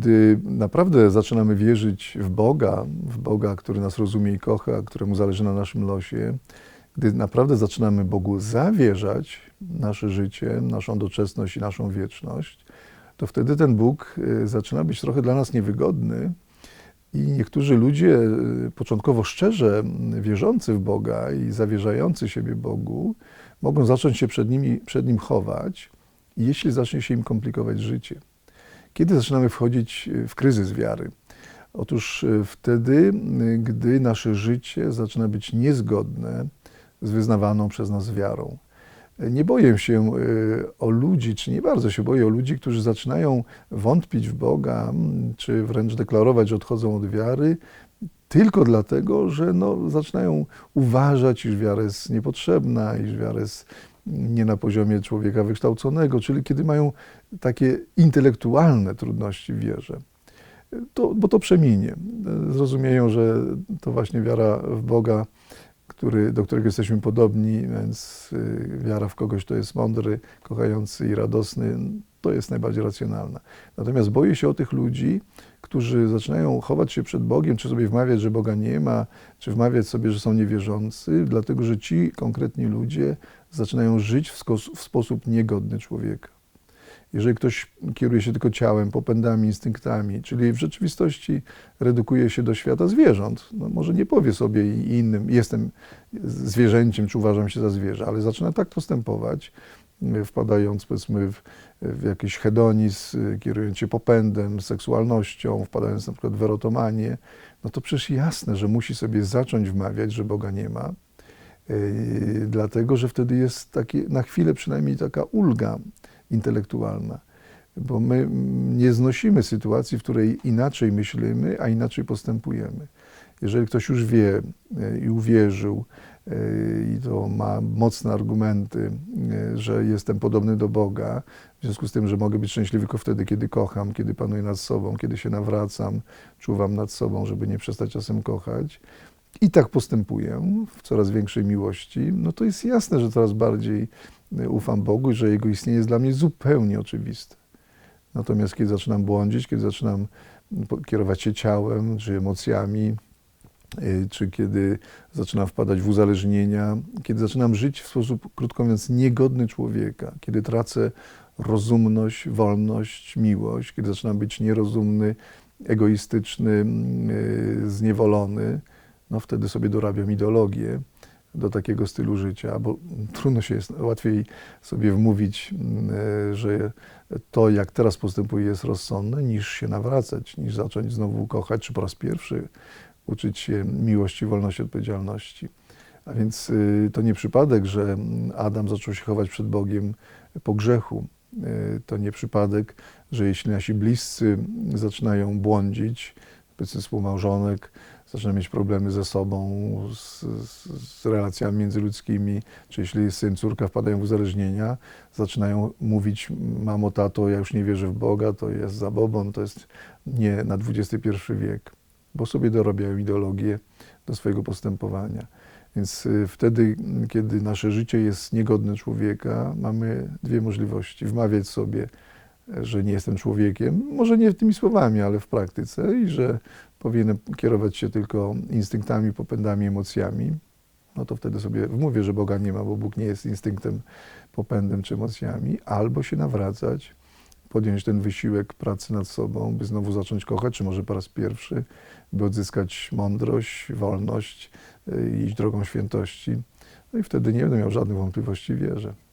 Kiedy naprawdę zaczynamy wierzyć w Boga, który nas rozumie i kocha, któremu zależy na naszym losie, gdy naprawdę zaczynamy Bogu zawierzać nasze życie, naszą doczesność i naszą wieczność, to wtedy ten Bóg zaczyna być trochę dla nas niewygodny i niektórzy ludzie, początkowo szczerze wierzący w Boga i zawierzający siebie Bogu, mogą zacząć się przed Nim chować, jeśli zacznie się im komplikować życie. Kiedy zaczynamy wchodzić w kryzys wiary? Otóż wtedy, gdy nasze życie zaczyna być niezgodne z wyznawaną przez nas wiarą. Nie boję się o ludzi, czy nie bardzo się boję o ludzi, którzy zaczynają wątpić w Boga, czy wręcz deklarować, że odchodzą od wiary, tylko dlatego, że zaczynają uważać, iż wiara jest niepotrzebna, iż wiara jest nie na poziomie człowieka wykształconego, czyli kiedy mają takie intelektualne trudności w wierze. Bo to przeminie. Zrozumieją, że to właśnie wiara w Boga, do którego jesteśmy podobni, więc wiara w kogoś, kto jest mądry, kochający i radosny, to jest najbardziej racjonalna. Natomiast boję się o tych ludzi, którzy zaczynają chować się przed Bogiem, czy sobie wmawiać, że Boga nie ma, czy wmawiać sobie, że są niewierzący, dlatego że ci konkretni ludzie zaczynają żyć w sposób niegodny człowieka. Jeżeli ktoś kieruje się tylko ciałem, popędami, instynktami, czyli w rzeczywistości redukuje się do świata zwierząt, może nie powie sobie i innym, jestem zwierzęciem, czy uważam się za zwierzę, ale zaczyna tak postępować, wpadając powiedzmy w jakiś hedonizm, kierując się popędem, seksualnością, wpadając na przykład w erotomanię, to przecież jasne, że musi sobie zacząć wmawiać, że Boga nie ma, dlatego że wtedy jest na chwilę przynajmniej taka ulga intelektualna, bo my nie znosimy sytuacji, w której inaczej myślimy, a inaczej postępujemy. Jeżeli ktoś już wie i uwierzył i to ma mocne argumenty, że jestem podobny do Boga, w związku z tym, że mogę być szczęśliwy tylko wtedy, kiedy kocham, kiedy panuję nad sobą, kiedy się nawracam, czuwam nad sobą, żeby nie przestać czasem kochać, i tak postępuję w coraz większej miłości, to jest jasne, że coraz bardziej ufam Bogu i że Jego istnienie jest dla mnie zupełnie oczywiste. Natomiast kiedy zaczynam błądzić, kiedy zaczynam kierować się ciałem, czy emocjami, czy kiedy zaczynam wpadać w uzależnienia, kiedy zaczynam żyć w sposób, krótko mówiąc, niegodny człowieka, kiedy tracę rozumność, wolność, miłość, kiedy zaczynam być nierozumny, egoistyczny, zniewolony, wtedy sobie dorabiam ideologię do takiego stylu życia, bo trudno się jest, łatwiej sobie wmówić, że to, jak teraz postępuję, jest rozsądne, niż się nawracać, niż zacząć znowu kochać, czy po raz pierwszy uczyć się miłości, wolności, odpowiedzialności. A więc to nie przypadek, że Adam zaczął się chować przed Bogiem po grzechu. To nie przypadek, że jeśli nasi bliscy zaczynają błądzić, powiedzmy współmałżonek, zaczyna mieć problemy ze sobą, z relacjami międzyludzkimi, czy jeśli syn, córka wpadają w uzależnienia, zaczynają mówić: mamo, tato, ja już nie wierzę w Boga, to jest zabobon, to jest nie na XXI wiek, bo sobie dorabiają ideologię do swojego postępowania. Więc wtedy, kiedy nasze życie jest niegodne człowieka, mamy dwie możliwości: wmawiać sobie, że nie jestem człowiekiem, może nie tymi słowami, ale w praktyce, i że powinienem kierować się tylko instynktami, popędami, emocjami, to wtedy sobie wmówię, że Boga nie ma, bo Bóg nie jest instynktem, popędem czy emocjami, albo się nawracać, podjąć ten wysiłek pracy nad sobą, by znowu zacząć kochać, czy może po raz pierwszy, by odzyskać mądrość, wolność, iść drogą świętości. I wtedy nie będę miał żadnych wątpliwości w wierze.